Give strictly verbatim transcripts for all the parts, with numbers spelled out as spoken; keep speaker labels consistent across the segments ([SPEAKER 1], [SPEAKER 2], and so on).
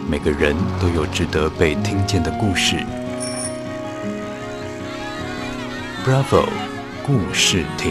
[SPEAKER 1] 每个人都有值得被听见的故事。Bravo 故事亭。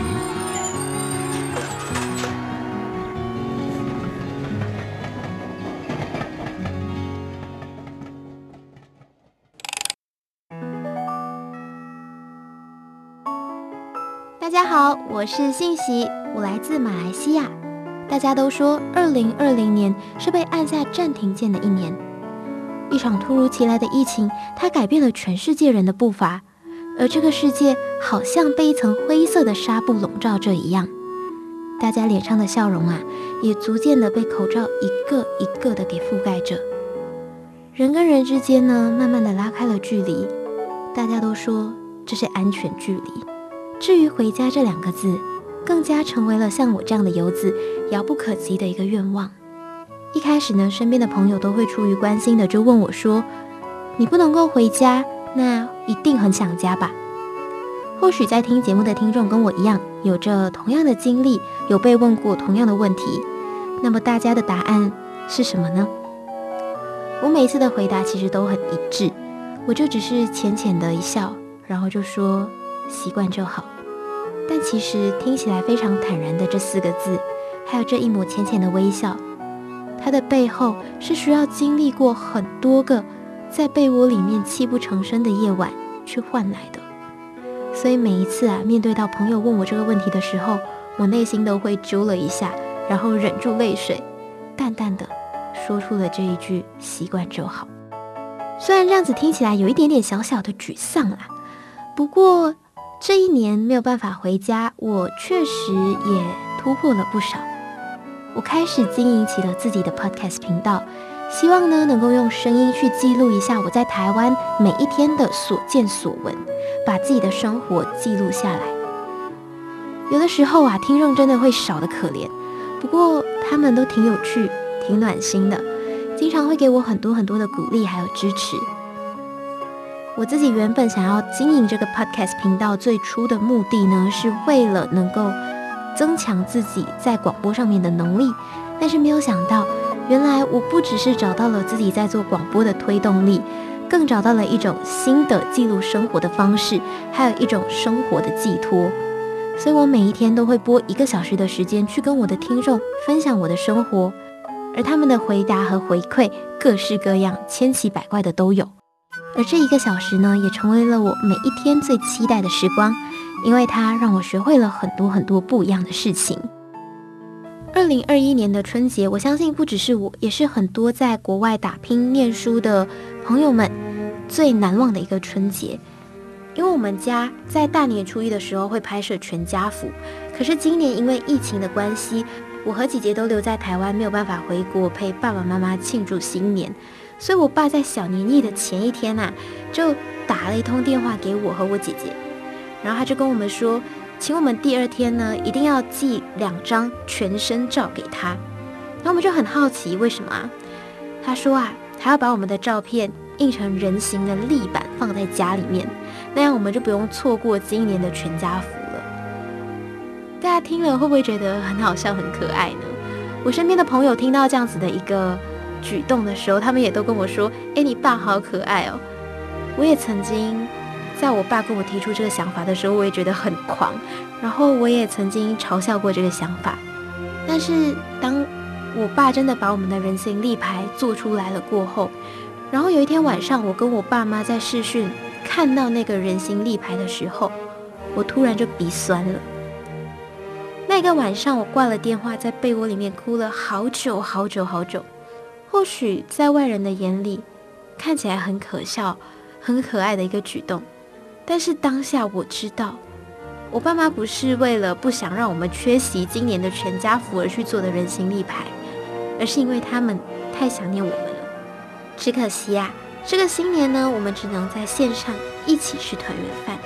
[SPEAKER 2] 大家好，我是信息，我来自马来西亚。大家都说二零二零年是被按下暂停键的一年，一场突如其来的疫情，它改变了全世界人的步伐，而这个世界好像被一层灰色的纱布笼罩着一样，大家脸上的笑容啊，也逐渐的被口罩一个一个的给覆盖着。人跟人之间呢，慢慢的拉开了距离，大家都说这是安全距离。至于回家这两个字，更加成为了像我这样的游子遥不可及的一个愿望。一开始呢，身边的朋友都会出于关心的就问我说，你不能够回家，那一定很想家吧？或许在听节目的听众跟我一样，有着同样的经历，有被问过同样的问题，那么大家的答案是什么呢？我每次的回答其实都很一致，我就只是浅浅的一笑，然后就说习惯就好。但其实听起来非常坦然的这四个字，还有这一抹浅浅的微笑，它的背后是需要经历过很多个在被窝里面泣不成声的夜晚去换来的。所以每一次啊，面对到朋友问我这个问题的时候，我内心都会揪了一下，然后忍住泪水，淡淡的说出了这一句习惯就好。虽然这样子听起来有一点点小小的沮丧啦，不过这一年没有办法回家，我确实也突破了不少。我开始经营起了自己的 podcast 频道，希望呢能够用声音去记录一下我在台湾每一天的所见所闻，把自己的生活记录下来。有的时候啊，听众真的会少得可怜，不过他们都挺有趣，挺暖心的，经常会给我很多很多的鼓励还有支持。我自己原本想要经营这个 podcast 频道，最初的目的呢，是为了能够增强自己在广播上面的能力，但是没有想到，原来我不只是找到了自己在做广播的推动力，更找到了一种新的记录生活的方式，还有一种生活的寄托。所以我每一天都会播一个小时的时间去跟我的听众分享我的生活，而他们的回答和回馈各式各样，千奇百怪的都有。而这一个小时呢，也成为了我每一天最期待的时光，因为它让我学会了很多很多不一样的事情。二零二一年的春节，我相信不只是我，也是很多在国外打拼念书的朋友们最难忘的一个春节。因为我们家在大年初一的时候会拍摄全家福，可是今年因为疫情的关系，我和姐姐都留在台湾，没有办法回国陪爸爸妈妈庆祝新年。所以我爸在小年夜的前一天啊，就打了一通电话给我和我姐姐，然后他就跟我们说，请我们第二天呢一定要寄两张全身照给他。然后我们就很好奇为什么啊？他说啊，他要把我们的照片印成人形的立板放在家里面，那样我们就不用错过今年的全家福了。大家听了会不会觉得很好笑很可爱呢？我身边的朋友听到这样子的一个举动的时候，他们也都跟我说，诶，你爸好可爱哦。我也曾经在我爸跟我提出这个想法的时候，我也觉得很狂，然后我也曾经嘲笑过这个想法。但是当我爸真的把我们的人形立牌做出来了过后，然后有一天晚上我跟我爸妈在视讯看到那个人形立牌的时候，我突然就鼻酸了。那个晚上我挂了电话，在被窝里面哭了好久好久好久。或许在外人的眼里看起来很可笑很可爱的一个举动，但是当下我知道，我爸妈不是为了不想让我们缺席今年的全家福而去做的人形立牌，而是因为他们太想念我们了。只可惜啊，这个新年呢，我们只能在线上一起吃团圆饭。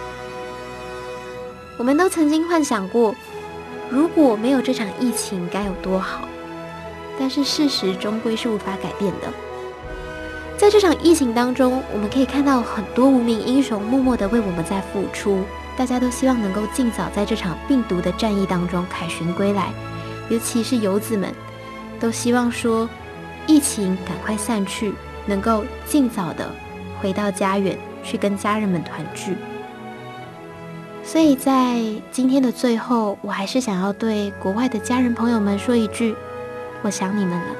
[SPEAKER 2] 我们都曾经幻想过，如果没有这场疫情该有多好，但是事实终归是无法改变的。在这场疫情当中，我们可以看到很多无名英雄默默地为我们在付出，大家都希望能够尽早在这场病毒的战役当中凯旋归来，尤其是游子们都希望说疫情赶快散去，能够尽早的回到家园，去跟家人们团聚。所以在今天的最后，我还是想要对国外的家人朋友们说一句：我想你们了。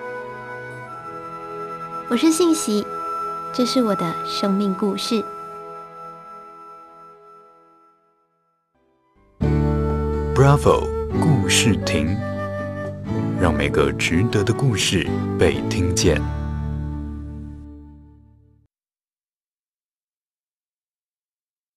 [SPEAKER 2] 我是信息，这是我的生命故事。
[SPEAKER 1] Bravo 故事亭，让每个值得的故事被听见。